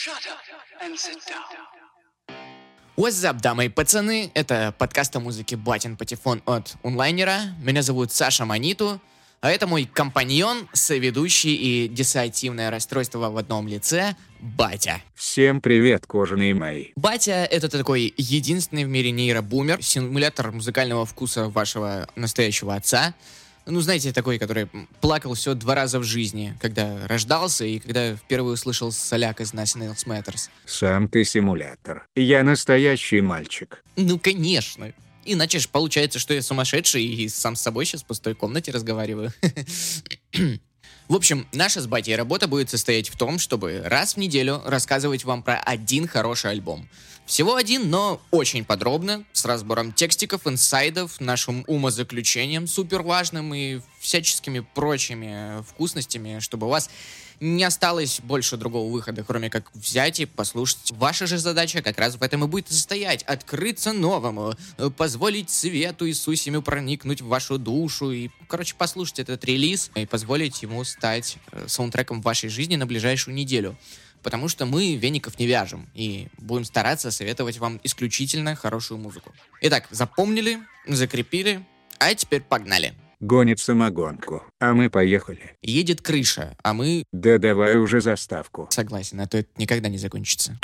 Shut up and sit down. What's up, дамы и пацаны? Это подкаст о музыке «Батин Патефон» от онлайнера. Меня зовут Саша Маниту, а это мой компаньон, соведущий и диссоциативное расстройство в одном лице Батя. Всем привет, кожаные мои. Батя — это такой единственный в мире нейробумер, симулятор музыкального вкуса вашего настоящего отца. Ну, знаете, такой, который плакал всего 2 раза в жизни, когда рождался и когда впервые услышал соляк из Nothing Else Matters. Сам ты симулятор. Я настоящий мальчик. Ну, конечно. Иначе ж получается, что я сумасшедший и сам с собой сейчас в пустой комнате разговариваю. В общем, наша с Батей работа будет состоять в том, чтобы раз в неделю рассказывать вам про один хороший альбом. Всего один, но очень подробно, с разбором текстиков, инсайдов, нашим умозаключением супер важным и всяческими прочими вкусностями, чтобы у вас не осталось больше другого выхода, кроме как взять и послушать. Ваша же задача как раз в этом и будет состоять: открыться новому, позволить свету и сусему проникнуть в вашу душу и, послушать этот релиз и позволить ему стать саундтреком вашей жизни на ближайшую неделю. Потому что мы веников не вяжем и будем стараться советовать вам исключительно хорошую музыку. Итак, запомнили, закрепили, а теперь погнали. Гонит самогонку, а мы поехали. Едет крыша, а мы... Да давай уже заставку. Согласен, а то это никогда не закончится.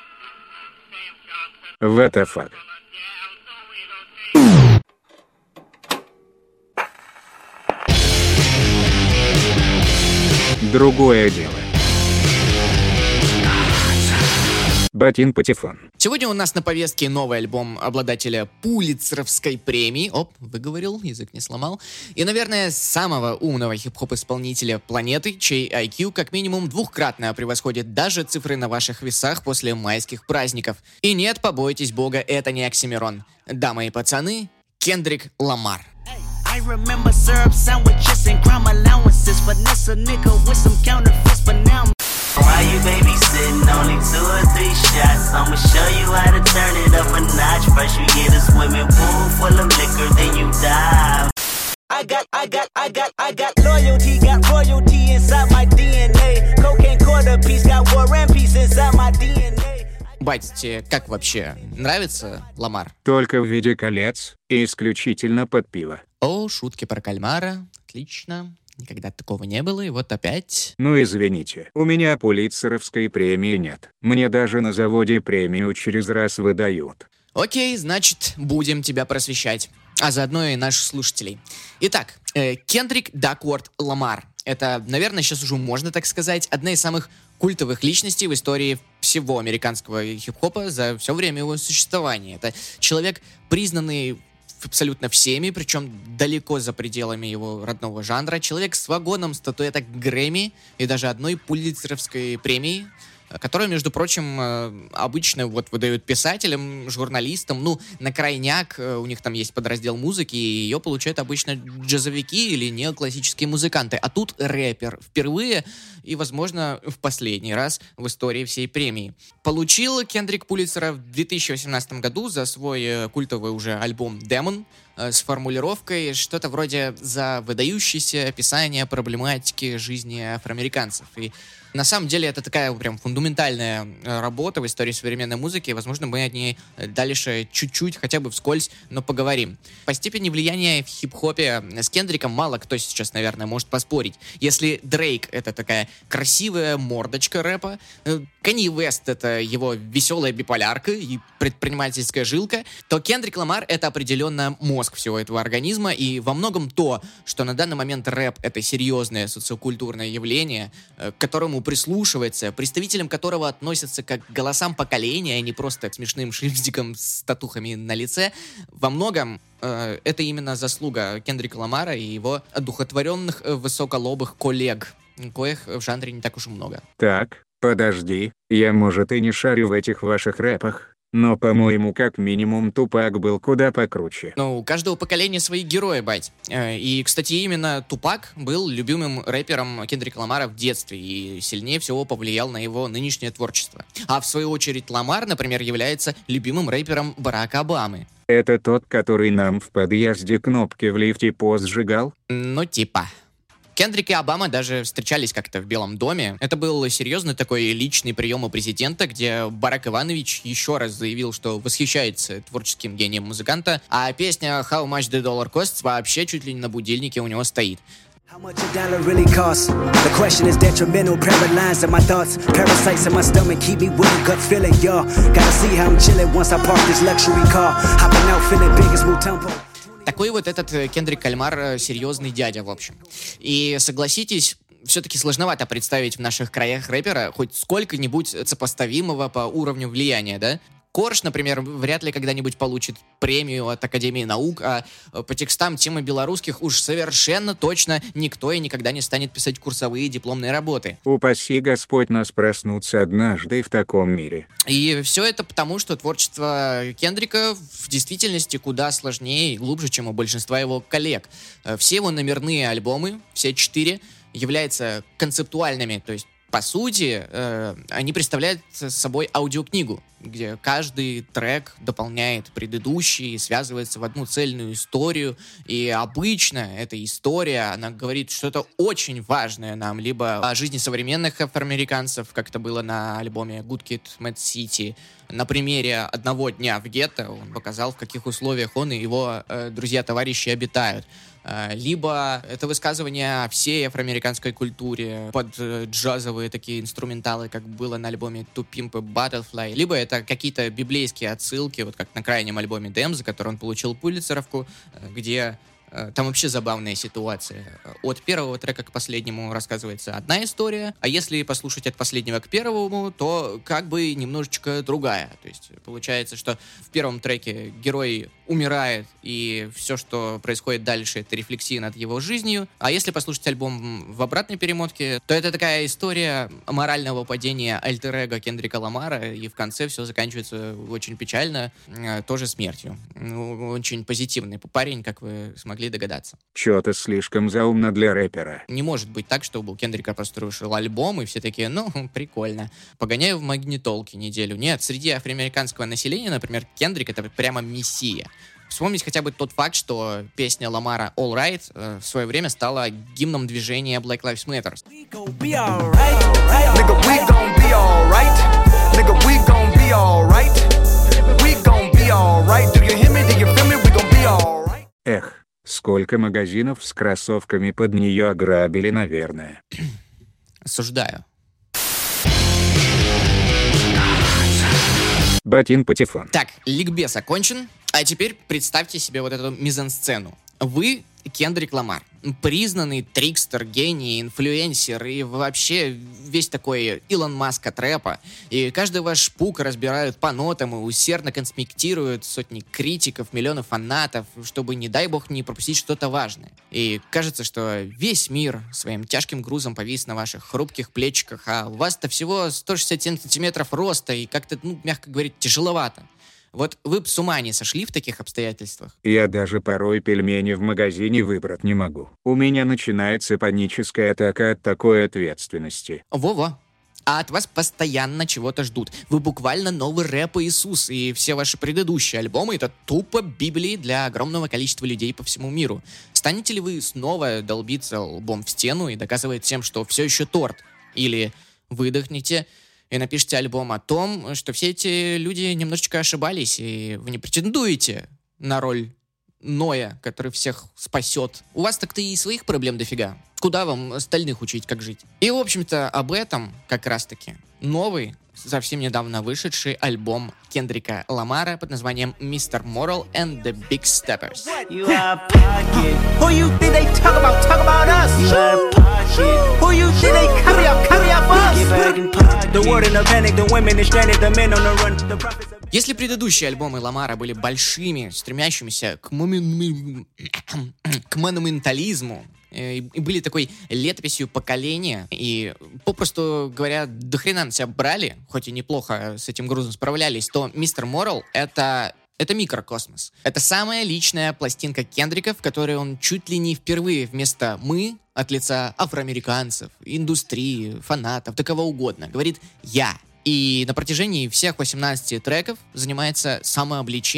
What the fuck? Другое дело. Батин Патефон. Сегодня у нас на повестке новый альбом обладателя Пулитцеровской премии. Выговорил, язык не сломал. И, наверное, самого умного хип-хоп-исполнителя планеты, чей IQ как минимум 2-кратно превосходит даже цифры на ваших весах после майских праздников. И нет, побойтесь бога, это не оксимирон. Дамы и пацаны, Кендрик Ламар. I remember syrup sandwiches and crime allowances. Finesse a nigga with some counterfeits, but now why you babysitting? Only 2 or 3 shots. I'ma show you how to turn it up a notch. First you get a swimming pool full of liquor, then you dive. I got loyalty, got royalty inside my DNA. Cocaine quarter piece, got war and peace inside my DNA. Бать, тебе как вообще? Нравится Ламар? Только в виде колец и исключительно под пиво. О, шутки про кальмара. Отлично. Никогда такого не было, и вот опять... Ну извините, у меня Пулитцеровской премии нет. Мне даже на заводе премию через раз выдают. Окей, значит, будем тебя просвещать. А заодно и наших слушателей. Итак, Кендрик Дакворд Ламар. Это, наверное, сейчас уже можно так сказать, одна из самых культовых личностей в истории всего американского хип-хопа за все время его существования. Это человек, признанный абсолютно всеми, причем далеко за пределами его родного жанра. Человек с вагоном статуэток Грэмми и даже одной Пулитцеровской премии, которую, между прочим, обычно выдают писателям, журналистам. Ну, на крайняк у них там есть подраздел музыки, и ее получают обычно джазовики или неоклассические музыканты. А тут рэпер впервые и, возможно, в последний раз в истории всей премии. Получил Кендрик Пулитцера в 2018 году за свой культовый уже альбом «Демон» с формулировкой что-то вроде «за выдающееся описание проблематики жизни афроамериканцев». И на самом деле это такая прям фундаментальная работа в истории современной музыки. Возможно, мы о ней дальше чуть-чуть, хотя бы вскользь, но поговорим. По степени влияния в хип-хопе с Кендриком мало кто сейчас, наверное, может поспорить. Если Дрейк — это такая красивая мордочка рэпа, Канье Уэст — это его веселая биполярка и предпринимательская жилка, то Кендрик Ламар — это определенно мозг всего этого организма, и во многом то, что на данный момент рэп — это серьезное социокультурное явление, к которому прислушивается, представителям которого относятся как к голосам поколения, а не просто к смешным шрифтикам с татухами на лице, во многом это именно заслуга Кендрика Ламара и его одухотворенных высоколобых коллег, коих в жанре не так уж и много. Так, подожди, я, может, и не шарю в этих ваших рэпах, но, по-моему, как минимум Тупак был куда покруче. Ну, у каждого поколения свои герои, бать. И, кстати, именно Тупак был любимым рэпером Кендрика Ламара в детстве и сильнее всего повлиял на его нынешнее творчество. А в свою очередь Ламар, например, является любимым рэпером Барака Обамы. Это тот, который нам в подъезде кнопки в лифте позжигал? Ну, типа. Кендрик и Обама даже встречались как-то в Белом доме. Это был серьезный такой личный прием у президента, где Барак Иванович еще раз заявил, что восхищается творческим гением музыканта, а песня «How much the dollar costs» вообще чуть ли не на будильнике у него стоит. How much a dollar really costs? The question is detrimental, paralyzed in my thoughts. Parasites in my stomach keep me with a gut feeling, y'all. Gotta see how I'm chilling once I park this luxury car. Hopping out feeling big as Mutombo. Такой вот этот Кендрик Ламар серьезный дядя, в общем. И согласитесь, все-таки сложновато представить в наших краях рэпера хоть сколько-нибудь сопоставимого по уровню влияния, да? Корж, например, вряд ли когда-нибудь получит премию от Академии наук, а по текстам темы белорусских уж совершенно точно никто и никогда не станет писать курсовые дипломные работы. Упаси Господь нас проснуться однажды в таком мире. И все это потому, что творчество Кендрика в действительности куда сложнее и глубже, чем у большинства его коллег. Все его номерные альбомы, все 4, являются концептуальными, то есть по сути, они представляют собой аудиокнигу, где каждый трек дополняет предыдущий, связывается в одну цельную историю. И обычно эта история, она говорит что-то очень важное нам, либо о жизни современных афроамериканцев, как это было на альбоме Good Kid, Mad City. На примере одного дня в гетто он показал, в каких условиях он и его друзья-товарищи обитают. Либо это высказывание о всей афроамериканской культуре под джазовые такие инструменталы, как было на альбоме To Pimp a Butterfly, либо это какие-то библейские отсылки, вот как на крайнем альбоме Damn, за который он получил Пулитцеровку, где там вообще забавная ситуация. От первого трека к последнему рассказывается одна история, а если послушать от последнего к первому, то как бы немножечко другая. То есть получается, что в первом треке герой умирает, и все, что происходит дальше, это рефлексия над его жизнью. А если послушать альбом в обратной перемотке, то это такая история морального падения альтер-эго Кендрика Ламара, и в конце все заканчивается очень печально, тоже смертью. Очень позитивный парень, как вы смогли догадаться. Чё-то слишком заумно для рэпера. Не может быть так, чтобы у Кендрика просто вышел альбом, и все такие, ну, прикольно. Погоняю в магнитолке неделю. Нет, среди афроамериканского населения, например, Кендрик — это прямо мессия. Вспомнить хотя бы тот факт, что песня Ламара All Right в свое время стала гимном движения Black Lives Matter. Эх, сколько магазинов с кроссовками под нее ограбили, наверное. Осуждаю. Ботин Патефон. Так, ликбез окончен. А теперь представьте себе вот эту мизансцену. Вы Кендрик Ламар, признанный трикстер, гений, инфлюенсер и вообще весь такой Илон Маск от рэпа. И каждый ваш пук разбирают по нотам и усердно конспектируют сотни критиков, миллионов фанатов, чтобы, не дай бог, не пропустить что-то важное. И кажется, что весь мир своим тяжким грузом повис на ваших хрупких плечиках, а у вас-то всего 167 сантиметров роста и как-то, мягко говоря, тяжеловато. Вот вы б с ума не сошли в таких обстоятельствах? Я даже порой пельмени в магазине выбрать не могу. У меня начинается паническая атака от такой ответственности. Во-во. А от вас постоянно чего-то ждут. Вы буквально новый рэп Иисус, и все ваши предыдущие альбомы — это тупо Библии для огромного количества людей по всему миру. Станете ли вы снова долбиться лбом в стену и доказывать всем, что все еще торт? Или выдохните и напишите альбом о том, что все эти люди немножечко ошибались, и вы не претендуете на роль Ноя, который всех спасет. У вас так-то и своих проблем дофига. Куда вам остальных учить, как жить? И, в общем-то, об этом как раз-таки новый, совсем недавно вышедший альбом Кендрика Ламара под названием Mr. Moral and the Big Steppers. You out of pocket. Who you think they talk about us? You out of pocket. Who you think they carry up us? Get back in pocket. The world in a panic, the women is stranded, the men on the run. The prophets are... Если предыдущие альбомы Ламара были большими, стремящимися к монументализму, и были такой летописью поколения, и, попросту говоря, дохрена на себя брали, хоть и неплохо с этим грузом справлялись, то Mr. Moral — это микрокосмос. Это самая личная пластинка Кендрика, в которой он чуть ли не впервые вместо «мы» от лица афроамериканцев, индустрии, фанатов, да кого угодно, говорит «я». И на протяжении всех 18 треков занимается самообличением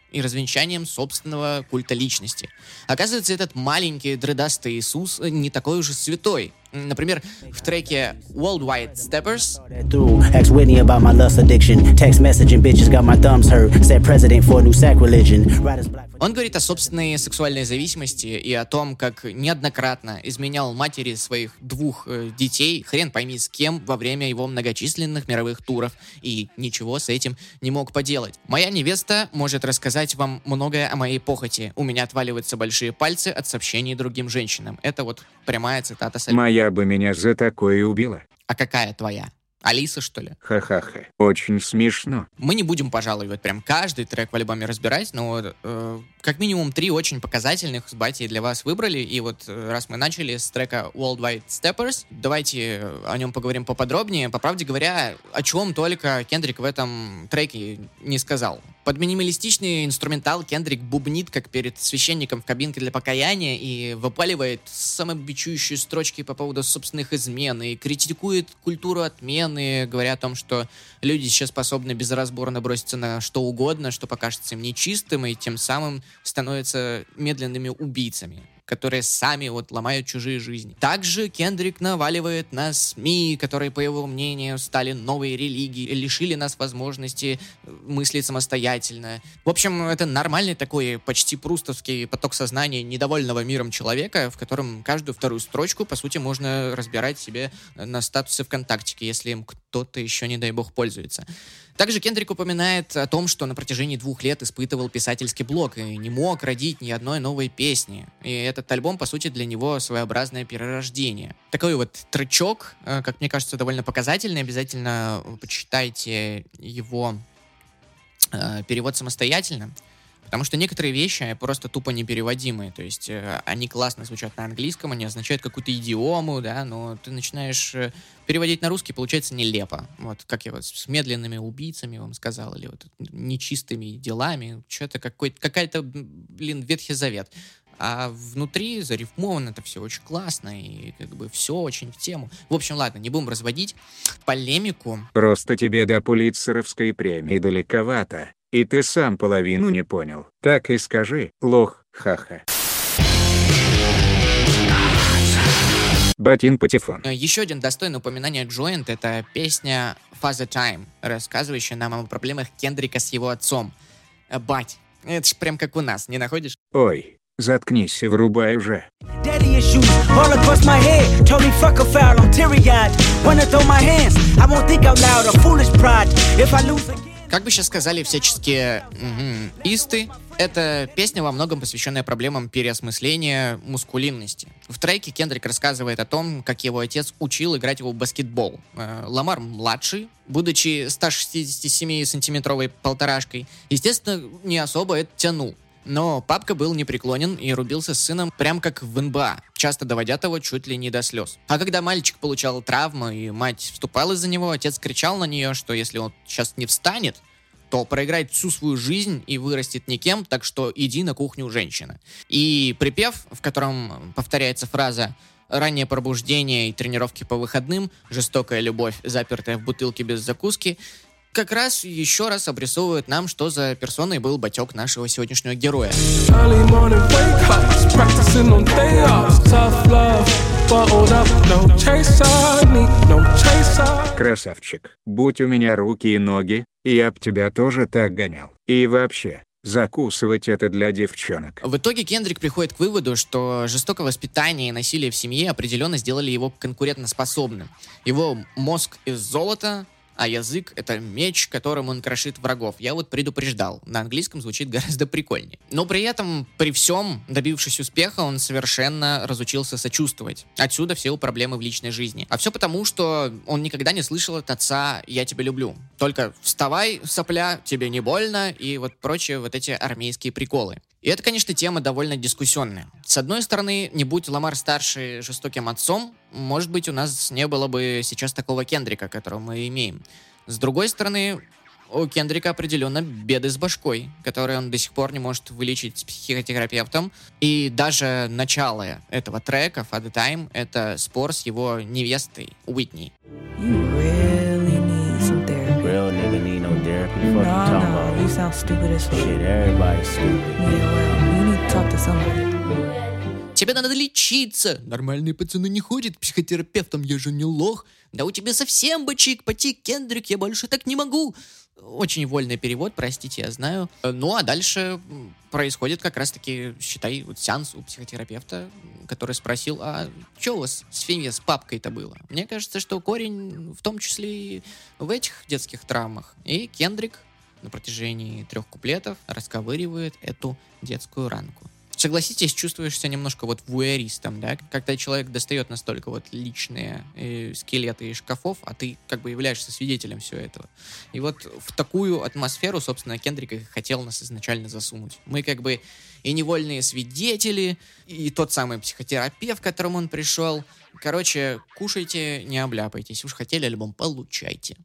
и развенчанием собственного культа личности. Оказывается, этот маленький дредастый Иисус не такой уж и святой. Например, в треке Worldwide Steppers Ask Whitney about my lust addiction. Text messaging bitches got my thumbs hurt. Said president for a new sacrilegion. он говорит о собственной сексуальной зависимости и о том, как неоднократно изменял матери своих 2 детей, хрен пойми с кем, во время его многочисленных мировых туров, и ничего с этим не мог поделать. Моя невеста может рассказать вам многое о моей похоти. У меня отваливаются большие пальцы от сообщений другим женщинам. Это вот прямая цитата с альбома. Моя бы меня за такое убила. А какая твоя? Алиса, что ли? Ха-ха-ха. Очень смешно. Мы не будем, пожалуй, вот прям каждый трек в альбоме разбирать, но как минимум 3 очень показательных с батей для вас выбрали. И вот раз мы начали с трека Worldwide Steppers, давайте о нем поговорим поподробнее. По правде говоря, о чем только Кендрик в этом треке не сказал. Под минималистичный инструментал Кендрик бубнит, как перед священником в кабинке для покаяния, и выпаливает самобичующие строчки по поводу собственных измен, и критикует культуру отмены, говоря о том, что люди сейчас способны безразборно броситься на что угодно, что покажется им нечистым, и тем самым становятся медленными убийцами, которые сами вот ломают чужие жизни. Также Кендрик наваливает на СМИ, которые, по его мнению, стали новой религией, лишили нас возможности мыслить самостоятельно. В общем, это нормальный такой почти прустовский поток сознания недовольного миром человека, в котором каждую 2-ю строчку, по сути, можно разбирать себе на статусе ВКонтактике, если им кто-то еще, не дай бог, пользуется. Также Кендрик упоминает о том, что на протяжении 2 лет испытывал писательский блок и не мог родить ни одной новой песни. И этот альбом, по сути, для него своеобразное перерождение. Такой вот тречок, как мне кажется, довольно показательный. Обязательно почитайте его перевод самостоятельно. Потому что некоторые вещи просто тупо непереводимые. То есть они классно звучат на английском, они означают какую-то идиому, да, но ты начинаешь переводить на русский, получается нелепо. Вот, как я вот с медленными убийцами вам сказал, или вот нечистыми делами. Что-то какая-то, Ветхий Завет. А внутри зарифмовано это все очень классно, и как бы все очень в тему. В общем, ладно, не будем разводить полемику. Просто тебе до Пулитцеровской премии далековато. И ты сам половину не понял. Так и скажи, лох, ха-ха. Батин Патефон. Еще один достойный упоминания Joint — это песня Father Time, рассказывающая нам о проблемах Кендрика с его отцом. Бать, это ж прям как у нас, не находишь? Ой, заткнись и врубай уже. Daddy issues all across my head. Told me fuck a foul, I'm teary-eyed. Wanna throw my hands, I won't think out loud. A foolish pride. If I lose again. Как бы сейчас сказали всяческие исты, это песня во многом посвященная проблемам переосмысления мускулинности. В треке Кендрик рассказывает о том, как его отец учил играть его в баскетбол. Ламар-младший, будучи 167-сантиметровой полторашкой, естественно, не особо это тянул. Но папка был непреклонен и рубился с сыном прям как в НБА, часто доводя того чуть ли не до слез. А когда мальчик получал травму и мать вступала за него, отец кричал на нее, что если он сейчас не встанет, то проиграет всю свою жизнь и вырастет никем, так что иди на кухню, женщина. И припев, в котором повторяется фраза «раннее пробуждение и тренировки по выходным, жестокая любовь, запертая в бутылке без закуски», как раз еще раз обрисовывает нам, что за персоной был батек нашего сегодняшнего героя. Красавчик. Будь у меня руки и ноги, я б тебя тоже так гонял. И вообще, закусывать это для девчонок. В итоге Кендрик приходит к выводу, что жестокое воспитание и насилие в семье определенно сделали его конкурентоспособным. Его мозг из золота, а язык — это меч, которым он крошит врагов. Я вот предупреждал. На английском звучит гораздо прикольнее. Но при этом, при всем, добившись успеха, он совершенно разучился сочувствовать. Отсюда все его проблемы в личной жизни. А все потому, что он никогда не слышал от отца «я тебя люблю». Только «вставай, сопля, тебе не больно» и вот прочие вот эти армейские приколы. И это, конечно, тема довольно дискуссионная. С одной стороны, не будь Ламар-старший жестоким отцом, может быть, у нас не было бы сейчас такого Кендрика, которого мы имеем. С другой стороны, у Кендрика определенно беды с башкой, которые он до сих пор не может вылечить с психотерапевтом. И даже начало этого трека, Father Time, это спор с его невестой Уитни. You really need some therapy. Real nigga need no therapy. therapy. The fuck you talking about? You sound stupid as fuck. Shit, everybody's stupid. Yeah, well, you need to talk to somebody. Тебе надо лечиться. Нормальные пацаны не ходят к психотерапевтам, я же не лох. Да у тебя совсем бычик, поти, Кендрик, я больше так не могу. Очень вольный перевод, простите, я знаю. Ну, а дальше происходит как раз-таки, считай, вот сеанс у психотерапевта, который спросил, а что у вас с Феме, с папкой-то было? Мне кажется, что корень в том числе и в этих детских травмах. И Кендрик на протяжении 3 куплетов расковыривает эту детскую ранку. Согласитесь, чувствуешь себя немножко вот вуэристом, да? Когда человек достает настолько вот личные скелеты из шкафов, а ты как бы являешься свидетелем всего этого. И вот в такую атмосферу, собственно, Кендрик и хотел нас изначально засунуть. Мы как бы и невольные свидетели, и тот самый психотерапевт, к которому он пришел. Короче, кушайте, не обляпайтесь. Уж хотели альбом, получайте.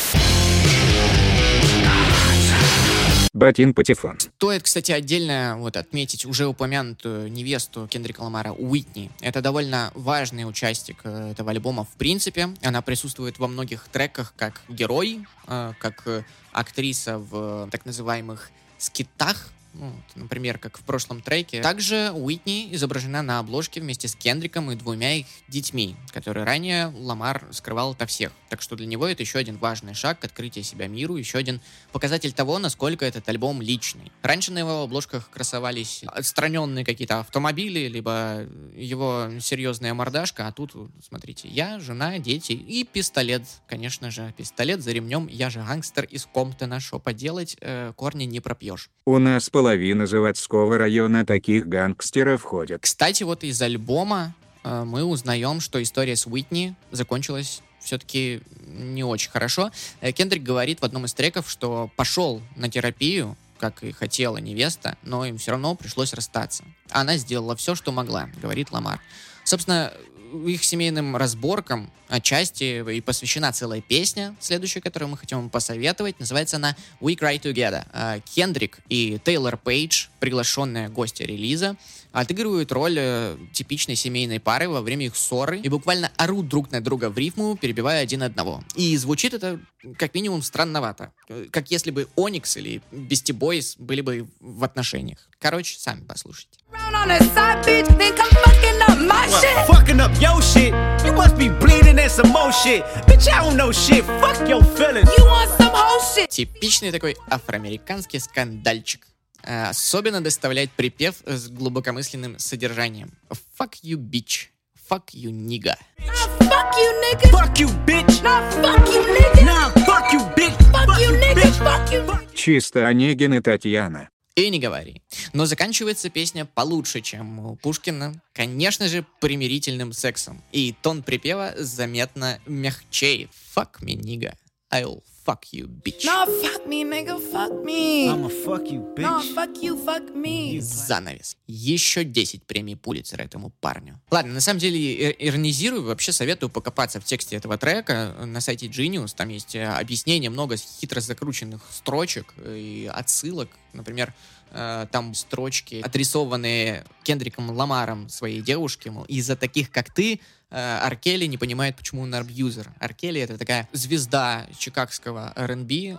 Батин Патефон. Стоит, кстати, отдельно вот отметить уже упомянутую невесту Кендрика Ламара Уитни. Это довольно важный участник этого альбома в принципе. Она присутствует во многих треках как герой, как актриса в так называемых скитах. Ну, например, как в прошлом треке. Также Уитни изображена на обложке вместе с Кендриком и 2 их детьми, которые ранее Ламар скрывал ото всех. Так что для него это еще один важный шаг к открытию себя миру, еще один показатель того, насколько этот альбом личный. Раньше на его обложках красовались отстраненные какие-то автомобили, либо его серьезная мордашка, а тут, смотрите, я, жена, дети и пистолет. Конечно же, пистолет за ремнем, я же гангстер из Комптона, что поделать, корни не пропьешь. У нас половина заводского района таких гангстеров ходят. Кстати, вот из альбома мы узнаем, что история с Уитни закончилась все-таки не очень хорошо. Кендрик говорит в одном из треков, что пошел на терапию, как и хотела невеста, но им все равно пришлось расстаться. Она сделала все, что могла, говорит Ламар. Собственно, их семейным разборкам отчасти и посвящена целая песня, следующая, которую мы хотим вам посоветовать. Называется она We Cry Together. Кендрик и Тейлор Пейдж, приглашенные гости релиза, отыгрывают роль типичной семейной пары во время их ссоры и буквально орут друг на друга в рифму, перебивая один одного. И звучит это как минимум странновато. Как если бы Оникс или Beastie Boys были бы в отношениях. Короче, сами послушайте. Fucking up your shit. You must be bleeding and some more shit. Bitch, I don't know shit. Fuck your feelings. You want some whole shit. Типичный такой афроамериканский скандальчик. Особенно доставляет припев с глубокомысленным содержанием. Fuck you, bitch. Fuck you, nigga. Fuck you, nigga. Fuck you, bitch. Nah, fuck you, nigga. Nah, fuck you, bitch. Fuck you, nigga. Fuck you. Чисто Онегин и Татьяна. И не говори. Но заканчивается песня получше, чем у Пушкина. Конечно же, примирительным сексом. И тон припева заметно мягчеет. Fuck me, nigga. I'll fuck you, bitch. No, fuck me, nigga, fuck me. I'ma fuck you, bitch. No, fuck you, fuck me. Занавес. Еще 10 премий Пулитцера этому парню. Ладно, на самом деле иронизирую, вообще советую покопаться в тексте этого трека на сайте Genius. Там есть объяснение, много хитро закрученных строчек и отсылок. Например, там строчки, адресованные Кендриком Ламаром своей девушке, мол, из-за таких, как ты, Ар Келли не понимает, почему он абьюзер. Ар Келли — это такая звезда чикагского R&B.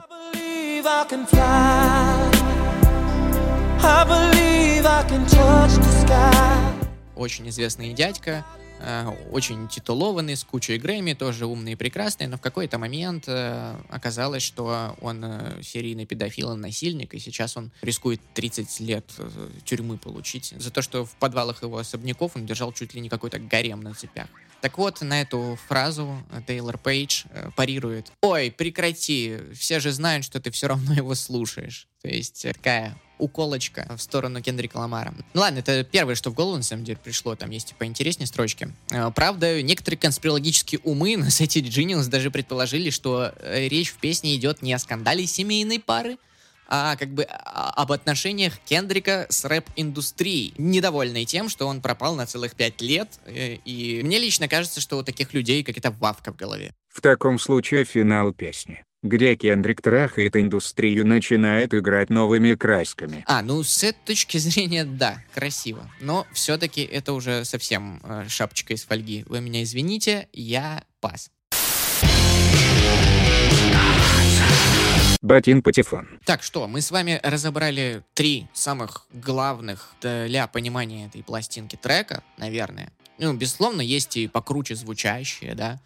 Очень известный дядька, очень титулованный, с кучей Грэмми, тоже умный и прекрасный, но в какой-то момент оказалось, что он серийный педофил и насильник, и сейчас он рискует 30 лет тюрьмы получить за то, что в подвалах его особняков он держал чуть ли не какой-то гарем на цепях. Так вот, на эту фразу Тейлор Пейдж парирует: «Ой, прекрати, все же знают, что ты все равно его слушаешь». То есть такая уколочка в сторону Кендрика Ламара. Ну ладно, это первое, что в голову на самом деле пришло, там есть и поинтереснее строчки. Правда, некоторые конспирологические умы на сайте Genius даже предположили, что речь в песне идет не о скандале семейной пары, а как бы об отношениях Кендрика с рэп-индустрией, недовольной тем, что он пропал на целых 5 лет, и мне лично кажется, что у таких людей какая-то вавка в голове. В таком случае финал песни, где Кендрик трахает индустрию, начинает играть новыми красками. Ну с этой точки зрения, да, красиво. Но все-таки это уже совсем шапочка из фольги. Вы меня извините, я пас. Батин Патефон. Так что, мы с вами разобрали 3 самых главных для понимания этой пластинки трека, наверное. Ну, безусловно, есть и покруче звучащие, да,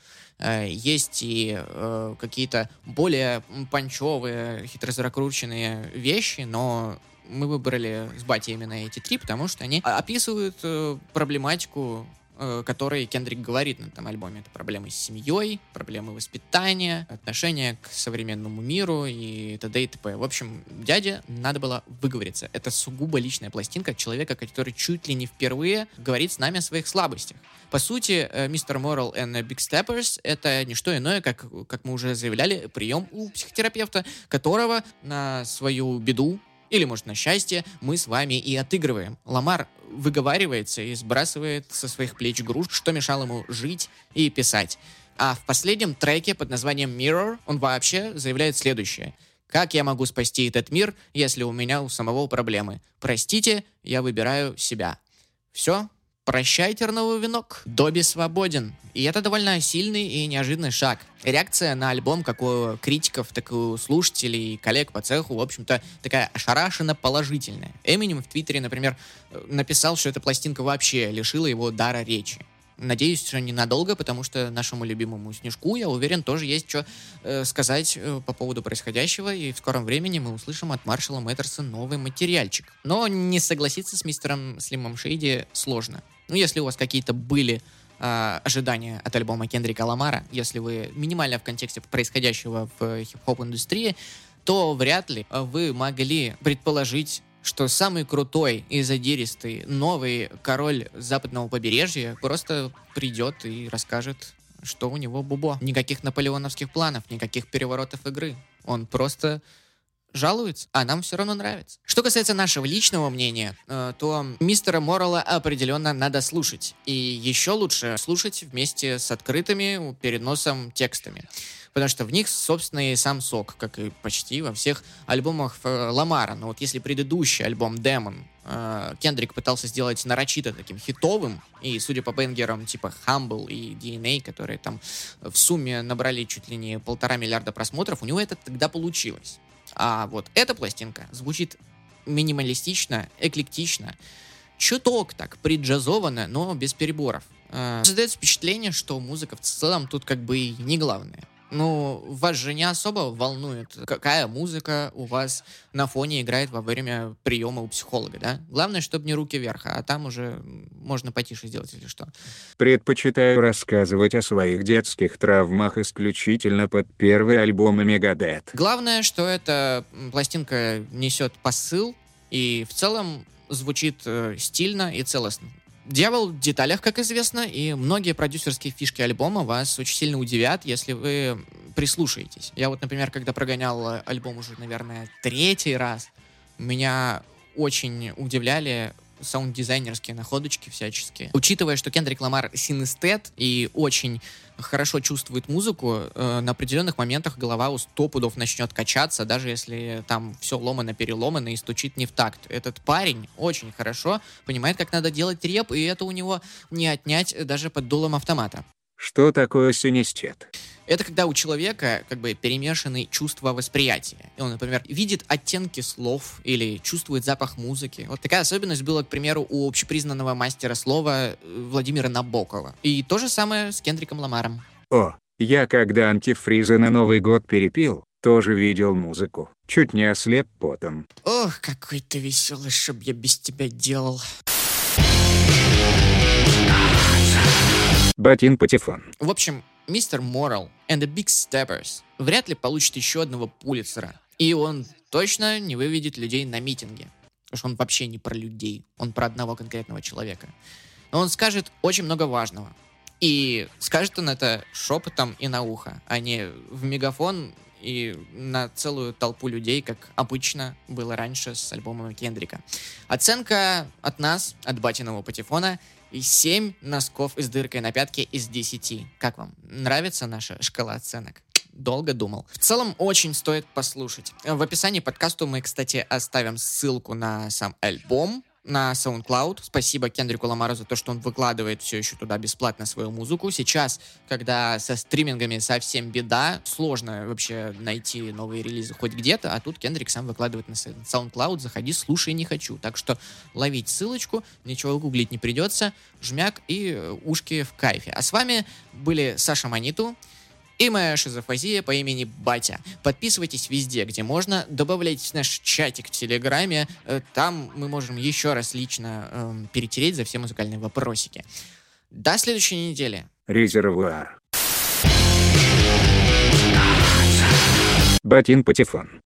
есть и какие-то более панчевые, хитро закрученные вещи, но мы выбрали с Батей именно эти 3, потому что они описывают проблематику, которой Кендрик говорит на этом альбоме. Это проблемы с семьей, проблемы воспитания, отношения к современному миру и т.д. и т.п. В общем, дяде надо было выговориться. Это сугубо личная пластинка человека, который чуть ли не впервые говорит с нами о своих слабостях. По сути, Mr. Moral and the Big Steppers — это не что иное, как мы уже заявляли, прием у психотерапевта, которого на свою беду или, может, на счастье, мы с вами и отыгрываем. Ламар выговаривается и сбрасывает со своих плеч груз, что мешало ему жить и писать. А в последнем треке под названием Mirror он вообще заявляет следующее. «Как я могу спасти этот мир, если у меня у самого проблемы? Простите, я выбираю себя». Все. Прощай, терновый венок. Добби свободен. И это довольно сильный и неожиданный шаг. Реакция на альбом как у критиков, так и у слушателей и коллег по цеху, в общем-то, такая ошарашенно положительная. Эминем в Твиттере, например, написал, что эта пластинка вообще лишила его дара речи. Надеюсь, что ненадолго, потому что нашему любимому Снежку, я уверен, тоже есть что сказать по поводу происходящего, и в скором времени мы услышим от Маршала Мэттерса новый материальчик. Но не согласиться с мистером Слимом Шейди сложно. Ну, если у вас какие-то были ожидания от альбома Кендрика Ламара, если вы минимально в контексте происходящего в хип-хоп индустрии, то вряд ли вы могли предположить, что самый крутой и задиристый новый король западного побережья просто придет и расскажет, что у него бубо. Никаких наполеоновских планов, никаких переворотов игры. Он просто жалуется, а нам все равно нравится. Что касается нашего личного мнения, то мистера Морала определенно надо слушать. И еще лучше слушать вместе с открытыми перед носом текстами. Потому что в них собственный сам сок, как и почти во всех альбомах Ламара. Но вот если предыдущий альбом Demon Кендрик пытался сделать нарочито таким хитовым, и судя по бенгерам типа Humble и DNA, которые там в сумме набрали чуть ли не 1,5 миллиарда просмотров, у него это тогда получилось. А вот эта пластинка звучит минималистично, эклектично, чуток так приджазованно, но без переборов. Создается впечатление, что музыка в целом тут как бы и не главная. Ну, вас же не особо волнует, какая музыка у вас на фоне играет во время приема у психолога, да? Главное, чтобы не руки вверх, а там уже можно потише сделать, если что. Предпочитаю рассказывать о своих детских травмах исключительно под первый альбом Мегадет. Главное, что эта пластинка несет посыл и в целом звучит стильно и целостно. Дьявол в деталях, как известно, и многие продюсерские фишки альбома вас очень сильно удивят, если вы прислушаетесь. Я вот, например, когда прогонял альбом уже, наверное, 3-й раз, меня очень удивляли саунд-дизайнерские находочки всяческие. Учитывая, что Кендрик Ламар синестет и очень хорошо чувствует музыку, на определенных моментах голова у 100 пудов начнет качаться, даже если там все ломано-переломано и стучит не в такт. Этот парень очень хорошо понимает, как надо делать реп, и это у него не отнять даже под дулом автомата. Что такое синестет? Это когда у человека как бы перемешаны чувства восприятия. И он, например, видит оттенки слов или чувствует запах музыки. Вот такая особенность была, к примеру, у общепризнанного мастера слова Владимира Набокова. И то же самое с Кендриком Ламаром. О, я когда антифриза на Новый год перепил, тоже видел музыку. Чуть не ослеп потом. Ох, какой ты веселый, чтоб я без тебя делал. Батин Патефон. В общем, Mr. Moral and the Big Steppers вряд ли получит еще одного Пулитцера. И он точно не выведет людей на митинге. Потому что он вообще не про людей. Он про одного конкретного человека. Но он скажет очень много важного. И скажет он это шепотом и на ухо, а не в мегафон и на целую толпу людей, как обычно было раньше с альбомом Кендрика. Оценка от нас, от Батиного Патефона, и 7 носков с дыркой на пятке из 10. Как вам? Нравится наша шкала оценок? Долго думал. В целом, очень стоит послушать. В описании подкасту мы, кстати, оставим ссылку на сам альбом. на SoundCloud. Спасибо Кендрику Ламару за то, что он выкладывает все еще туда бесплатно свою музыку. Сейчас, когда со стримингами совсем беда, сложно вообще найти новые релизы хоть где-то, а тут Кендрик сам выкладывает на SoundCloud. Заходи, слушай, не хочу. Так что ловить ссылочку, ничего гуглить не придется. Жмяк и ушки в кайфе. А с вами были Саша Маниту и моя шизофазия по имени Батя. Подписывайтесь везде, где можно, добавляйтесь в наш чатик в Телеграме, там мы можем еще раз лично перетереть за все музыкальные вопросики. До следующей недели. Резервуар. Батин Патефон.